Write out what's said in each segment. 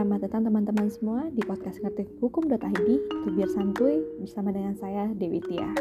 Selamat datang teman-teman semua di podcast ngertihukum.id, biar santuy bersama dengan saya Dewi Tia.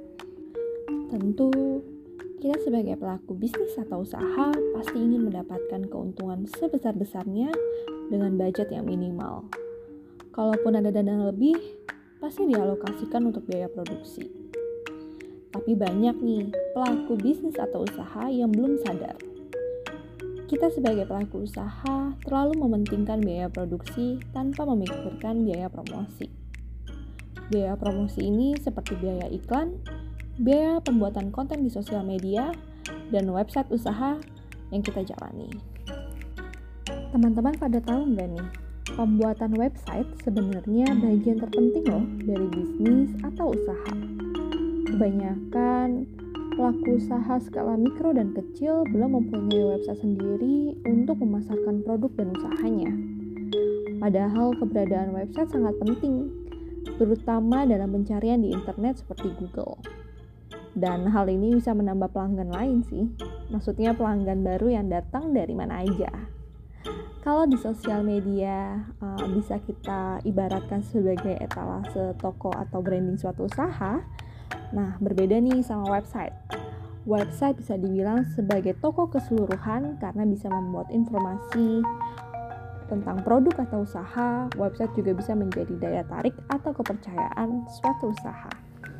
Tentu kita sebagai pelaku bisnis atau usaha pasti ingin mendapatkan keuntungan sebesar-besarnya dengan budget yang minimal. Kalaupun ada dana lebih, pasti dialokasikan untuk biaya produksi. Tapi banyak nih pelaku bisnis atau usaha yang belum sadar. Kita sebagai pelaku usaha terlalu mementingkan biaya produksi tanpa memikirkan biaya promosi. Biaya promosi ini seperti biaya iklan, biaya pembuatan konten di sosial media, dan website usaha yang kita jalani. Teman-teman pada tahu nggak nih, pembuatan website sebenarnya bagian terpenting loh dari bisnis atau usaha. Kebanyakan pelaku usaha skala mikro dan kecil belum mempunyai website sendiri untuk memasarkan produk dan usahanya. Padahal keberadaan website sangat penting, terutama dalam pencarian di internet seperti Google. Dan hal ini bisa menambah pelanggan lain sih, maksudnya pelanggan baru yang datang dari mana aja. Kalau di sosial media bisa kita ibaratkan sebagai etalase toko atau branding suatu usaha. Nah, berbeda nih sama website. Website bisa dibilang sebagai toko keseluruhan karena bisa membuat informasi tentang produk atau usaha. Website juga bisa menjadi daya tarik atau kepercayaan suatu usaha.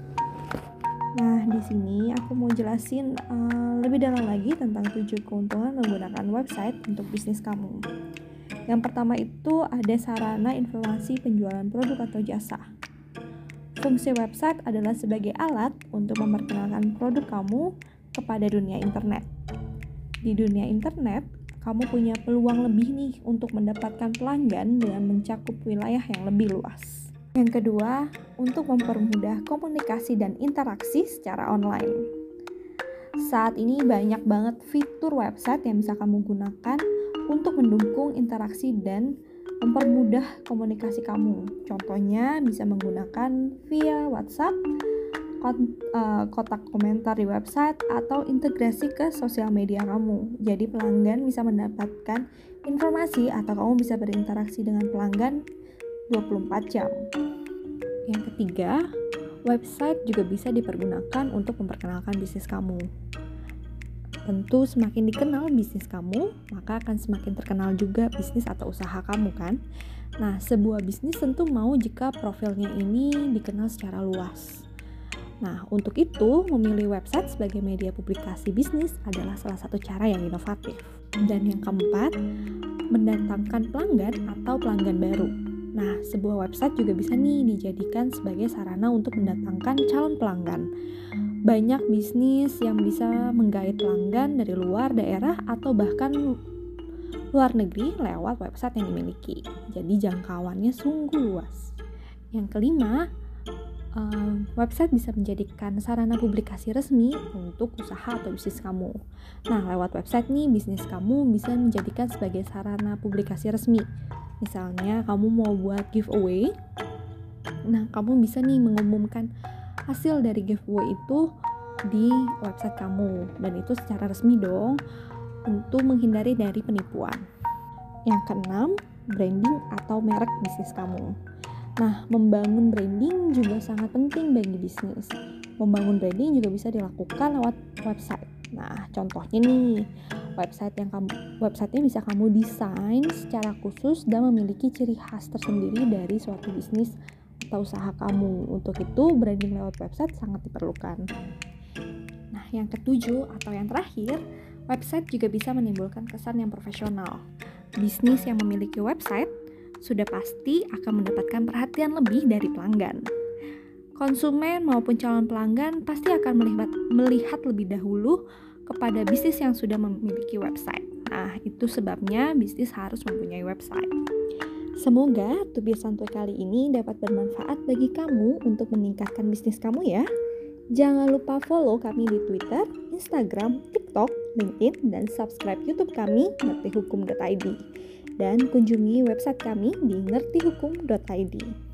Nah, di sini aku mau jelasin lebih dalam lagi tentang 7 keuntungan menggunakan website untuk bisnis kamu. Yang pertama itu ada sarana informasi penjualan produk atau jasa. Fungsi website adalah sebagai alat untuk memperkenalkan produk kamu kepada dunia internet. Di dunia internet, kamu punya peluang lebih nih untuk mendapatkan pelanggan dengan mencakup wilayah yang lebih luas. Yang kedua, untuk mempermudah komunikasi dan interaksi secara online. Saat ini banyak banget fitur website yang bisa kamu gunakan untuk mendukung interaksi dan mempermudah komunikasi kamu. Contohnya bisa menggunakan via WhatsApp, kotak komentar di website, atau integrasi ke sosial media kamu. Jadi pelanggan bisa mendapatkan informasi atau kamu bisa berinteraksi dengan pelanggan 24 jam. Yang ketiga, website juga bisa dipergunakan untuk memperkenalkan bisnis kamu. Tentu semakin dikenal bisnis kamu, maka akan semakin terkenal juga bisnis atau usaha kamu kan? Nah, sebuah bisnis tentu mau jika profilnya ini dikenal secara luas. Nah, untuk itu, memilih website sebagai media publikasi bisnis adalah salah satu cara yang inovatif. Dan yang keempat, mendatangkan pelanggan atau pelanggan baru. Nah, sebuah website juga bisa nih dijadikan sebagai sarana untuk mendatangkan calon pelanggan. Banyak bisnis yang bisa menggait pelanggan dari luar daerah atau bahkan luar negeri lewat website yang dimiliki. Jadi jangkauannya sungguh luas. Yang kelima, website bisa menjadikan sarana publikasi resmi untuk usaha atau bisnis kamu. Nah, lewat website nih, bisnis kamu bisa menjadikan sebagai sarana publikasi resmi. Misalnya, kamu mau buat giveaway. Nah, kamu bisa nih mengumumkan hasil dari giveaway itu di website kamu. Dan itu secara resmi dong, untuk menghindari dari penipuan. Yang keenam, branding atau merek bisnis kamu. Nah, membangun branding juga sangat penting bagi bisnis. Membangun branding juga bisa dilakukan lewat website. Nah, contohnya nih, websitenya bisa kamu desain secara khusus dan memiliki ciri khas tersendiri dari suatu bisnis atau usaha kamu. Untuk itu, branding lewat website sangat diperlukan. Nah, yang ketujuh atau yang terakhir, website juga bisa menimbulkan kesan yang profesional. Bisnis yang memiliki website sudah pasti akan mendapatkan perhatian lebih dari pelanggan. Konsumen maupun calon pelanggan pasti akan melihat lebih dahulu kepada bisnis yang sudah memiliki website. Nah, itu sebabnya bisnis harus mempunyai website. Semoga Tubir Santuy kali ini dapat bermanfaat bagi kamu untuk meningkatkan bisnis kamu ya. Jangan lupa follow kami di Twitter, Instagram, TikTok, LinkedIn, dan subscribe YouTube kami ngertihukum.id. Dan kunjungi website kami di ngertihukum.id.